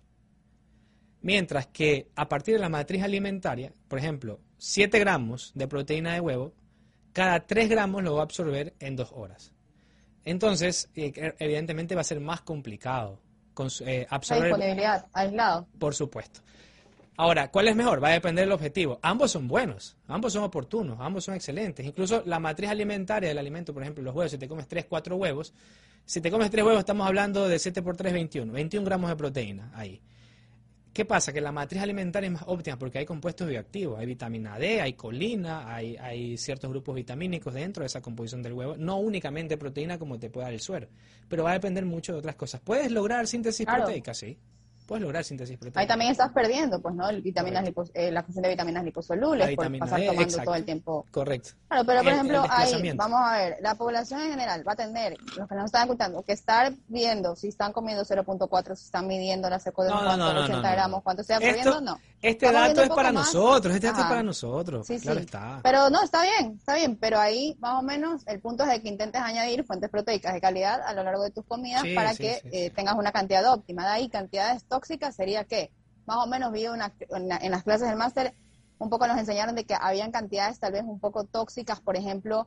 Mientras que a partir de la matriz alimentaria, por ejemplo, siete gramos de proteína de huevo, cada tres gramos lo va a absorber en dos horas. Entonces, evidentemente va a ser más complicado eh, absorber.
La disponibilidad, aislado.
Por supuesto. Ahora, ¿cuál es mejor? Va a depender del objetivo. Ambos son buenos, ambos son oportunos, ambos son excelentes. Incluso la matriz alimentaria del alimento, por ejemplo, los huevos, si te comes tres, cuatro huevos, si te comes tres huevos estamos hablando de siete por tres, veintiuno, veintiún gramos de proteína ahí. ¿Qué pasa? Que la matriz alimentaria es más óptima porque hay compuestos bioactivos, hay vitamina D, hay colina, hay, hay ciertos grupos vitamínicos dentro de esa composición del huevo, no únicamente proteína como te puede dar el suero, pero va a depender mucho de otras cosas. ¿Puedes lograr síntesis claro. proteica? Sí. Puedes lograr síntesis proteica.
Ahí también estás perdiendo, pues, ¿no? El vitaminas lipo, eh, la función de vitaminas liposolubles por pasar D, tomando exacto. todo el tiempo.
Correcto.
Claro, pero por el, ejemplo, el ahí, vamos a ver, la población en general va a tener, los que nos están escuchando, que estar viendo si están comiendo cero punto cuatro, si están midiendo la seco de
no,
cuánto,
no, no,
ochenta
no, no,
gramos, cuánto se va perdiendo, no.
Este
Estamos
dato es para
más.
nosotros, este dato
Ajá.
es para nosotros,
sí,
claro
sí.
está.
Pero no, está bien, está bien, pero ahí más o menos el punto es de que intentes añadir fuentes proteicas de calidad a lo largo de tus comidas
sí,
para
sí,
que
sí,
eh,
sí.
tengas una cantidad óptima. De ahí, cantidades tóxicas sería que, más o menos vi una, una, en las clases del máster, un poco nos enseñaron de que habían cantidades tal vez un poco tóxicas, por ejemplo,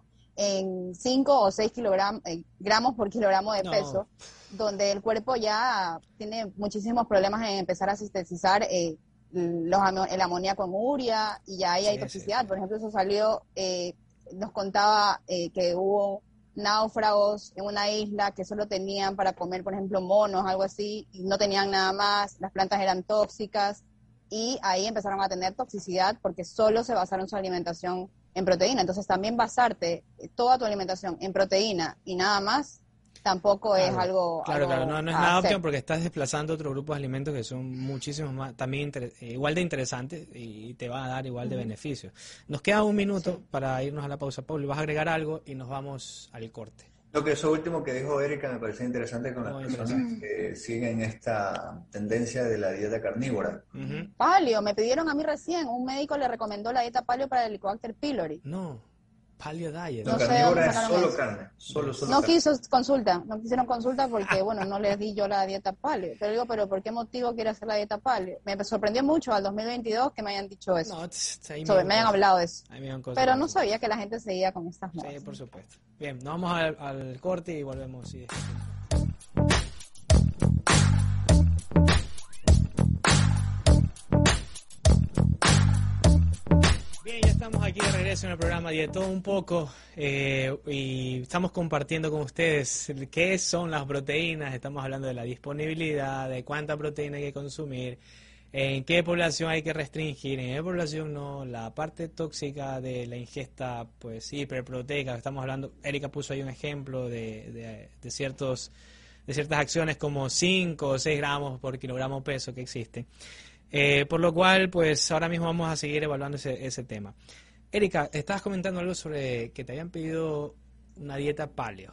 en cinco o seis kilogramos, eh, gramos por kilogramo de
no.
peso, donde el cuerpo ya tiene muchísimos problemas en empezar a sintetizar eh, los, el amoníaco en urea, y ya ahí hay sí, toxicidad. Sí. Por ejemplo, eso salió, eh, nos contaba eh, que hubo náufragos en una isla que solo tenían para comer, por ejemplo, monos, algo así, y no tenían nada más, las plantas eran tóxicas, y ahí empezaron a tener toxicidad porque solo se basaron su alimentación en proteína. Entonces también basarte toda tu alimentación en proteína y nada más, tampoco
claro,
es algo...
Claro,
algo
claro, no, no es nada óptimo porque estás desplazando otro grupo de alimentos que son muchísimos más, también igual de interesantes y te va a dar igual de uh-huh. beneficios. Nos queda un minuto sí. para irnos a la pausa. Pablo, vas a agregar algo y nos vamos al corte.
Lo que eso último que dijo Erika me parece interesante con las personas que siguen esta tendencia de la dieta carnívora.
Uh-huh. Paleo, me pidieron a mí recién, un médico le recomendó la dieta paleo para el Helicobacter pylori.
No. Paleo diet.
No,
no
carnívora
sé
es solo eso. carne. Solo, solo
no
carne.
quiso consulta, no quisieron consulta porque, bueno, no les di yo la dieta paleo. Pero digo, ¿pero por qué motivo quiere hacer la dieta paleo? Me sorprendió mucho al dos mil veintidós que me hayan dicho eso.
No, Sobre,
me, me hayan hablado de eso.
Cosas,
pero no sabía que la gente seguía con estas modas.
Sí, por supuesto. Bien, nos vamos al, al corte y volvemos. Sí. Bien, ya estamos aquí de regreso en el programa de todo un poco eh, y estamos compartiendo con ustedes qué son las proteínas, estamos hablando de la disponibilidad, de cuánta proteína hay que consumir, en qué población hay que restringir, en qué población no, la parte tóxica de la ingesta pues hiperproteica, estamos hablando, Erika puso ahí un ejemplo de, de, de, ciertos, de ciertas acciones como cinco o seis gramos por kilogramo peso que existen. Eh, por lo cual, pues ahora mismo vamos a seguir evaluando ese, ese tema. Erika, estabas comentando algo sobre que te habían pedido una dieta paleo.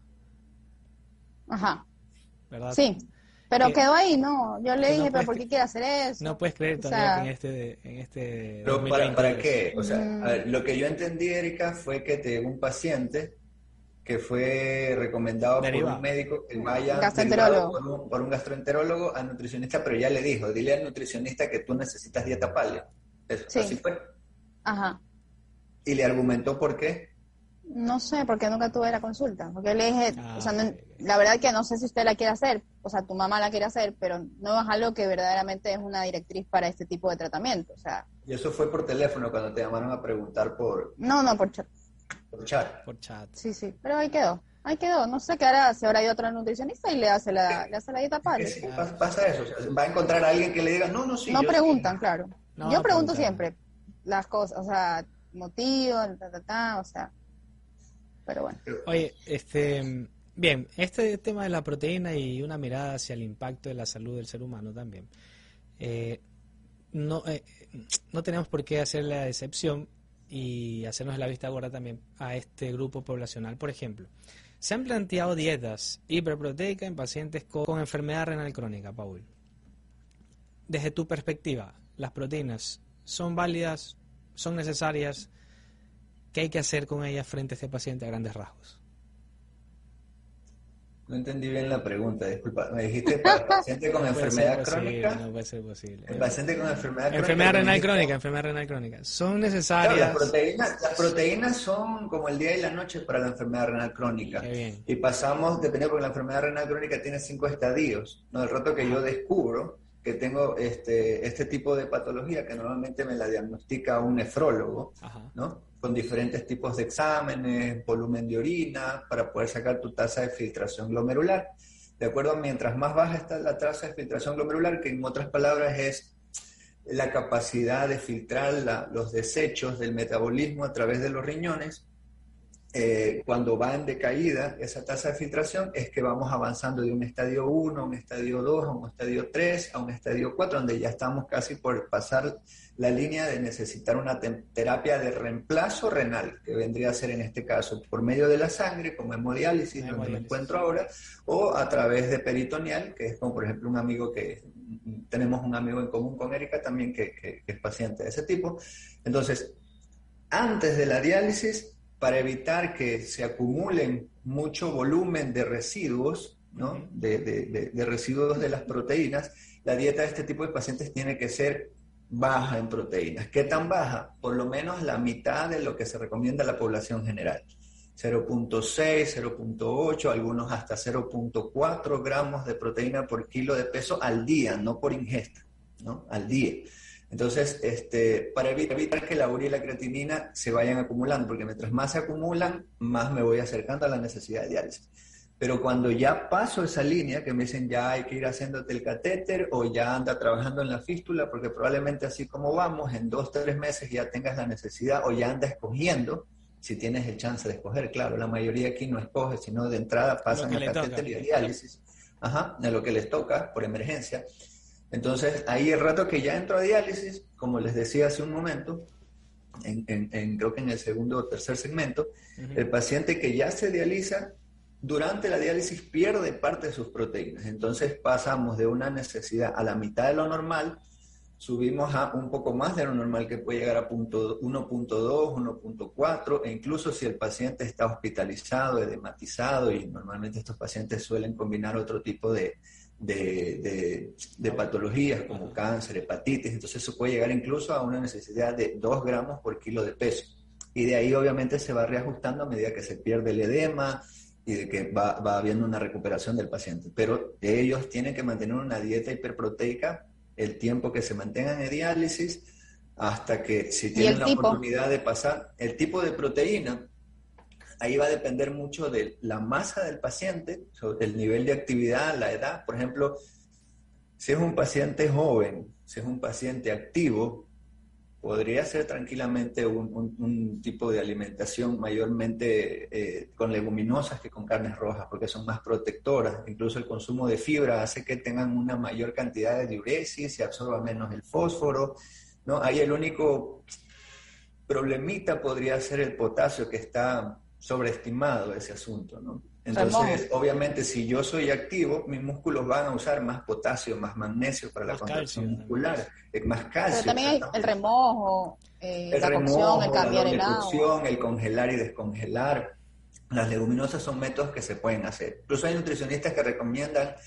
Ajá.
¿Verdad?
Sí, pero
que,
quedó ahí, ¿no? Yo le dije,
no
pero ¿por qué quiere hacer eso?
No puedes creer todavía o sea, que en este... En este
pero para, ¿para qué? O sea, mm. a ver, lo que yo entendí, Erika, fue que te llegó un paciente que fue recomendado Derivado. por un médico que vaya
gastroenterólogo.
Por, un, por un gastroenterólogo al nutricionista, pero ya le dijo, dile al nutricionista que tú necesitas dieta paleo. Eso,
sí.
Así fue.
Ajá.
¿Y le argumentó por qué?
No sé, porque nunca tuve la consulta. Porque le dije,
ah,
o sea, no, la verdad que no sé si usted la quiere hacer, o sea, tu mamá la quiere hacer, pero no es algo que verdaderamente es una directriz para este tipo de tratamiento, o sea.
¿Y eso fue por teléfono cuando te llamaron a preguntar por...?
No, no, por chat.
Por chat.
Por chat.
Sí, sí, pero ahí quedó. Ahí quedó. No sé qué hará, si habrá ido otro nutricionista y le hace la, le hace la dieta paleo.
Sí, pasa eso. O sea, va a encontrar a alguien que le diga, no, no, sí.
No
yo
preguntan,
sí.
claro.
No
yo pregunto
preguntar.
siempre las cosas, o sea, motivos, ta, ta, ta, o sea. Pero bueno.
Oye, este. Bien, este tema de la proteína y una mirada hacia el impacto de la salud del ser humano también. Eh, no, eh, no tenemos por qué hacer la excepción y hacernos la vista gorda también a este grupo poblacional. Por ejemplo, se han planteado dietas hiperproteicas en pacientes con, con enfermedad renal crónica, Paul. Desde tu perspectiva, ¿las proteínas son válidas? ¿Son necesarias? ¿Qué hay que hacer con ellas frente a este paciente a grandes rasgos?
No entendí bien la pregunta, disculpa. Me dijiste para el paciente con
No puede
enfermedad
ser posible,
crónica.
no puede ser posible.
El paciente con enfermedad crónica.
Enfermedad renal
dijiste,
crónica, enfermedad renal crónica. Son
claro,
necesarias.
las proteínas, las proteínas son como el día y la noche para la enfermedad renal crónica.
Qué bien.
Y pasamos, depende porque la enfermedad renal crónica tiene cinco estadios. ¿No? El rato que yo descubro que tengo este, este tipo de patología, que normalmente me la diagnostica un nefrólogo,
Ajá.
¿no? Con diferentes tipos de exámenes, volumen de orina, para poder sacar tu tasa de filtración glomerular. De acuerdo, mientras más baja está la tasa de filtración glomerular, que en otras palabras es la capacidad de filtrar la, los desechos del metabolismo a través de los riñones, eh, cuando va en decaída esa tasa de filtración, es que vamos avanzando de un estadio uno a un estadio dos, a un estadio tres, a un estadio cuatro, donde ya estamos casi por pasar la línea de necesitar una te- terapia de reemplazo renal, que vendría a ser en este caso por medio de la sangre, como hemodiálisis, donde
Hemodiálisis.
me encuentro ahora, o a través de peritoneal, que es como por ejemplo un amigo que, tenemos un amigo en común con Erika también, que, que, que es paciente de ese tipo. Entonces, antes de la diálisis, para evitar que se acumulen mucho volumen de residuos, ¿no?
Ujú.
de, de, de, de residuos de las proteínas, la dieta de este tipo de pacientes tiene que ser baja en proteínas. ¿Qué tan baja? Por lo menos la mitad de lo que se recomienda a la población general. cero punto seis, cero punto ocho, algunos hasta cero punto cuatro gramos de proteína por kilo de peso al día, no por ingesta, ¿no? Al día. Entonces, este, para evitar que la urea y la creatinina se vayan acumulando, porque mientras más se acumulan, más me voy acercando a la necesidad de diálisis. Pero cuando ya paso esa línea, que me dicen ya hay que ir haciéndote el catéter o ya anda trabajando en la fístula, porque probablemente así como vamos, en dos, tres meses ya tengas la necesidad o ya anda escogiendo, si tienes el chance de escoger, claro, la mayoría aquí no escoge, sino de entrada pasan
Lo
a
que le
catéter
toca.
y a diálisis, ajá, de lo que les toca por emergencia. Entonces, ahí el rato que ya entro a diálisis, como les decía hace un momento, en, en, en, creo que en el segundo o tercer segmento,
Ujú.
el paciente que ya se dializa, durante la diálisis pierde parte de sus proteínas. Entonces pasamos de una necesidad a la mitad de lo normal, subimos a un poco más de lo normal, que puede llegar a uno punto dos, uno punto cuatro, e incluso si el paciente está hospitalizado, edematizado, y normalmente estos pacientes suelen combinar otro tipo de, de, de, de patologías como cáncer, hepatitis, entonces eso puede llegar incluso a una necesidad de dos gramos por kilo de peso. Y de ahí obviamente se va reajustando a medida que se pierde el edema y de que va, va habiendo una recuperación del paciente. Pero ellos tienen que mantener una dieta hiperproteica el tiempo que se mantengan en diálisis, hasta que si tienen la
tipo?
oportunidad de pasar el tipo de proteína, ahí va a depender mucho de la masa del paciente, el nivel de actividad, la edad. Por ejemplo, si es un paciente joven, si es un paciente activo, podría ser tranquilamente un, un, un tipo de alimentación mayormente eh, con leguminosas que con carnes rojas, porque son más protectoras. Incluso el consumo de fibra hace que tengan una mayor cantidad de diuresis y absorba menos el fósforo, ¿no? Ahí el único problemita podría ser el potasio, que está sobreestimado ese asunto, ¿no? Entonces,
Ramón.
obviamente, si yo soy activo, mis músculos van a usar más potasio, más magnesio para la
Más
contracción
calcio,
muscular, eh, más calcio.
Pero también hay el remojo, eh,
El
la
remojo,
cocción, el cambiar
la
el
doble
agua.
cocción, el congelar y descongelar. Las leguminosas son métodos que se pueden hacer. Incluso hay nutricionistas que recomiendan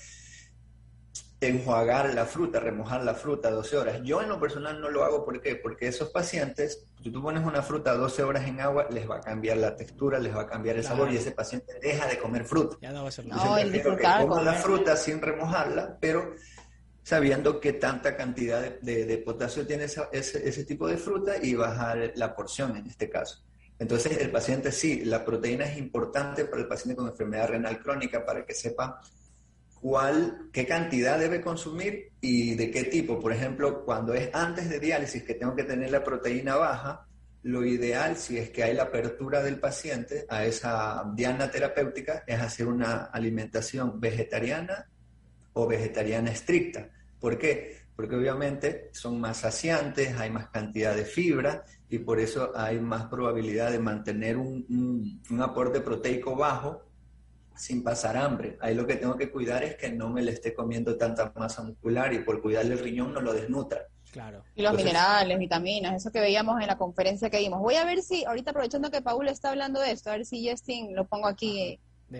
enjuagar la fruta, remojar la fruta doce horas. Yo en lo personal no lo hago, ¿por qué? Porque esos pacientes, si tú pones una fruta doce horas en agua, les va a cambiar la textura, les va a cambiar el
Claro.
sabor, y ese paciente deja de comer fruta.
Ya no va a ser lo
No,
mismo.
el
Prefiero que
disfrutar,
coma la
comer.
fruta sin remojarla, pero sabiendo qué tanta cantidad de, de, de potasio tiene esa, ese, ese tipo de fruta, y bajar la porción en este caso. Entonces el paciente sí, la proteína es importante para el paciente con enfermedad renal crónica, para que sepa cuál, qué cantidad debe consumir y de qué tipo. Por ejemplo, cuando es antes de diálisis, que tengo que tener la proteína baja, lo ideal, si es que hay la apertura del paciente a esa diana terapéutica, es hacer una alimentación vegetariana o vegetariana estricta. ¿Por qué? Porque obviamente son más saciantes, hay más cantidad de fibra, y por eso hay más probabilidad de mantener un, un, un aporte proteico bajo sin pasar hambre. Ahí lo que tengo que cuidar es que no me le esté comiendo tanta masa muscular, y por cuidarle el riñón no lo desnutra.
Claro.
Y los
Entonces,
minerales, vitaminas, eso que veíamos en la conferencia que dimos. Voy a ver si, ahorita aprovechando que Paul está hablando de esto, a ver si Justin lo pongo aquí.
Deme.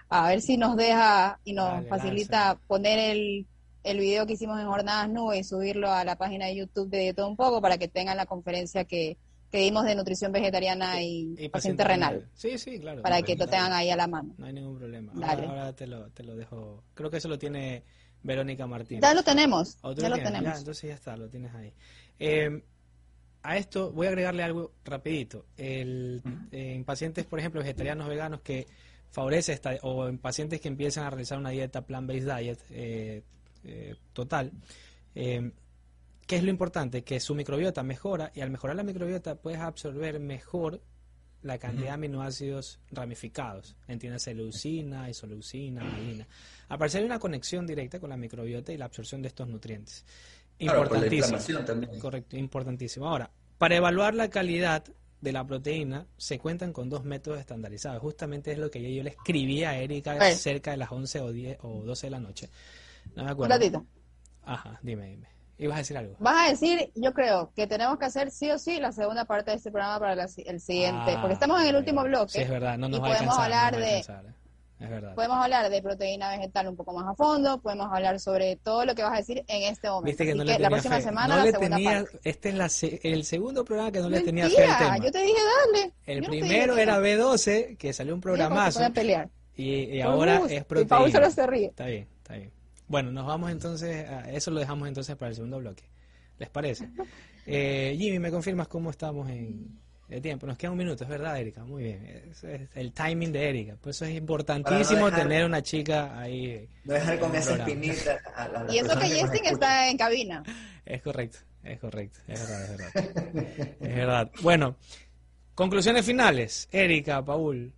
a ver si nos deja y nos
Dale,
facilita
lánzalo.
poner el, el video que hicimos en Jornadas Nube y subirlo a la página de YouTube de, de Todo Un Poco para que tengan la conferencia que, que dimos de nutrición vegetariana y,
Y
paciente renal,
Sí, sí, claro.
para
no,
que lo
dale.
tengan ahí a la mano.
No hay ningún problema.
Dale.
Ahora, ahora te, lo, te lo dejo. Creo que eso lo tiene Verónica Martínez.
Ya lo tenemos,
¿O tú
ya lo
tienes?
tenemos.
Ya, entonces ya está, lo tienes ahí. Eh, a esto voy a agregarle algo rapidito. El, en pacientes, por ejemplo, vegetarianos, veganos, que favorece esta, o en pacientes que empiezan a realizar una dieta plant-based diet eh, eh, total, eh, ¿qué es lo importante? Que su microbiota mejora, y al mejorar la microbiota puedes absorber mejor la cantidad de aminoácidos ramificados, entiéndase leucina, isoleucina, valina. Aparece una conexión directa con la microbiota y la absorción de estos nutrientes.
Claro, por la
Importantísimo.
inflamación también.
Correcto, importantísimo. Ahora, para evaluar la calidad de la proteína se cuentan con dos métodos estandarizados. Justamente es lo que yo, yo le escribí a Erika
A ver.
cerca de las once o diez o doce de la noche. No me
Un
acuerdo.
ratito.
Ajá, dime, dime. ¿Ibas a decir algo?
Vas a decir, yo creo que tenemos que hacer sí o sí la segunda parte de este programa para la si- el siguiente,
Ah,
porque estamos en el último bloque.
Sí, es verdad, no nos
y
va a
podemos
alcanzar. no
hablar
nos va a
de-
alcanzar, eh. Es verdad.
Podemos hablar de proteína vegetal un poco más a fondo, podemos hablar sobre todo lo que vas a decir en este momento.
Viste que
Así
no
que
le
la
tenía
próxima
fe.
semana
No
la
le
segunda
tenía,
parte.
este es la se- el segundo programa que no le tenía fe al
Mentira,
tema.
yo te dije dale.
El
Yo no te
primero
dije que
era
no.
B doce, que salió un
Mira cómo se
programazo,
pone a pelear.
y, y
Por
ahora
gusto.
es
Y Paul
proteína.
solo se ríe.
Está bien, está bien. Bueno, nos vamos entonces, a, eso lo dejamos entonces para el segundo bloque. ¿Les parece? Eh, Jimmy, ¿me confirmas cómo estamos en de tiempo? Nos queda un minuto, es verdad, Erika. Muy bien. Es, es el timing de Erika. Por eso es importantísimo
Para no dejar-
tener una chica ahí.
No dejar con
en el
esa
programa.
espinita a la, a la
Y eso
persona
que
nos
Justin
escucha.
está en cabina.
Es correcto, es correcto. Es verdad, es verdad. Es verdad. Bueno, conclusiones finales. Erika, Paul,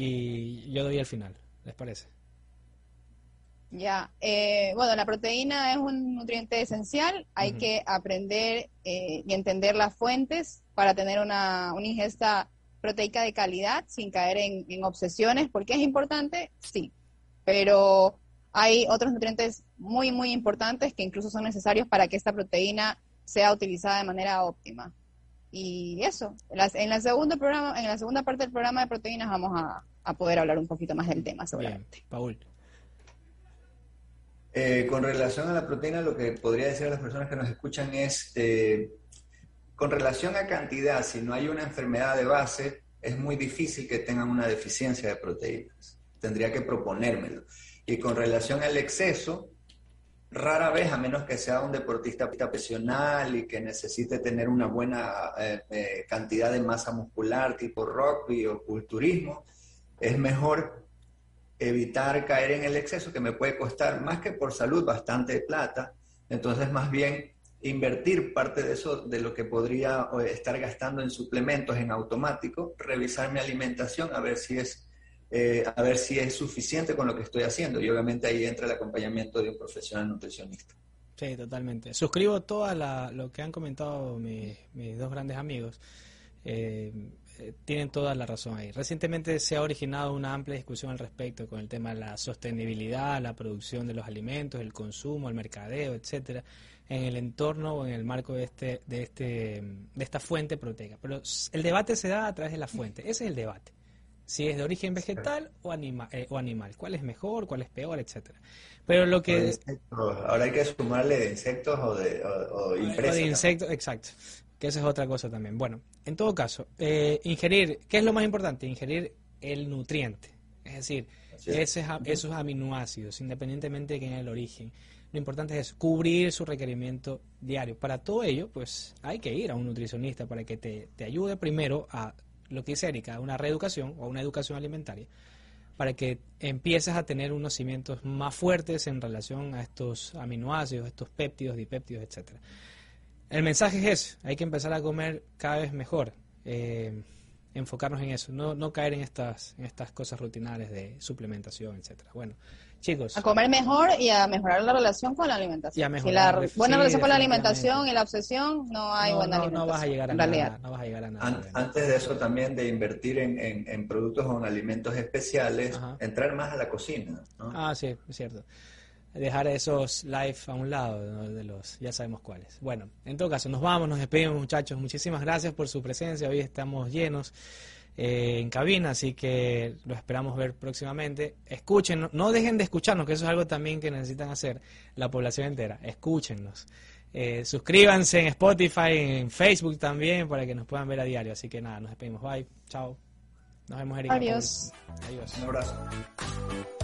y yo doy el final. ¿Les parece?
Ya, eh, bueno, la proteína es un nutriente esencial, hay
Ujú.
que aprender eh, y entender las fuentes para tener una, una ingesta proteica de calidad sin caer en, en obsesiones. ¿Por qué es importante? Sí, pero hay otros nutrientes muy, muy importantes que incluso son necesarios para que esta proteína sea utilizada de manera óptima. Y eso, en la, en la, segundo programa, en la segunda parte del programa de proteínas vamos a, a poder hablar un poquito más del tema seguramente.
Bien, Paul.
Eh, con relación a la proteína, lo que podría decir a las personas que nos escuchan es, eh, con relación a cantidad, si no hay una enfermedad de base, es muy difícil que tengan una deficiencia de proteínas. Tendría que proponérmelo. Y con relación al exceso, rara vez, a menos que sea un deportista profesional y que necesite tener una buena eh, eh, cantidad de masa muscular tipo rugby o culturismo, es mejor evitar caer en el exceso, que me puede costar más que por salud bastante plata. Entonces, más bien invertir parte de eso, de lo que podría estar gastando en suplementos en automático, revisar mi alimentación a ver si es eh, a ver si es suficiente con lo que estoy haciendo, y obviamente ahí entra el acompañamiento de un profesional nutricionista.
Sí, totalmente. Suscribo todo a la, lo que han comentado mis, mis dos grandes amigos. Eh, eh, tienen toda la razón ahí. Recientemente se ha originado una amplia discusión al respecto con el tema de la sostenibilidad, la producción de los alimentos, el consumo, el mercadeo, etcétera, en el entorno o en el marco de este, de este, de esta fuente proteica. Pero el debate se da a través de la fuente. Ese es el debate. Si es de origen vegetal o, anima, eh, o animal, cuál es mejor, cuál es peor, etcétera. Pero lo que
Insectos. Ahora hay que sumarle de insectos o de, o, o
o
impresas,
de
¿no?
insectos, exacto. Que esa es otra cosa también. Bueno, en todo caso, eh, ingerir, ¿qué es lo más importante? Ingerir el nutriente. Es decir,
Así es.
ese, esos aminoácidos, independientemente de quién es el origen. Lo importante es cubrir su requerimiento diario. Para todo ello, pues hay que ir a un nutricionista para que te, te ayude primero a lo que dice Erika, una reeducación o una educación alimentaria, para que empieces a tener unos cimientos más fuertes en relación a estos aminoácidos, estos péptidos, dipéptidos, etcétera. El mensaje es eso, hay que empezar a comer cada vez mejor, eh, enfocarnos en eso, no, no caer en estas, en estas cosas rutinarias de suplementación, etcétera. Bueno, chicos,
A comer mejor y a mejorar la relación con la alimentación.
Y a
si
mejorar,
la buena
sí,
relación con la
definitivamente.
alimentación y la obsesión, no hay
no,
buena
no,
alimentación.
no vas a llegar a
en
nada,
realidad.
no vas a llegar a nada.
An-
bueno.
Antes de eso también de invertir en, en, en productos o en alimentos especiales,
Ajá.
entrar más a la cocina, ¿no?
Ah, sí, es cierto. Dejar esos live a un lado, ¿no? De los, ya sabemos cuáles. Bueno, en todo caso, nos vamos, nos despedimos, muchachos. Muchísimas gracias por su presencia. Hoy estamos llenos. eh, en cabina, así que lo esperamos ver próximamente. Escuchen, no dejen de escucharnos, que eso es algo también que necesitan hacer la población entera. Escúchennos. Eh, suscríbanse en Spotify, en Facebook también, para que nos puedan ver a diario. Así que nada, nos despedimos. Bye, chao. Nos vemos, Erika.
Adiós.
Adiós.
Un abrazo.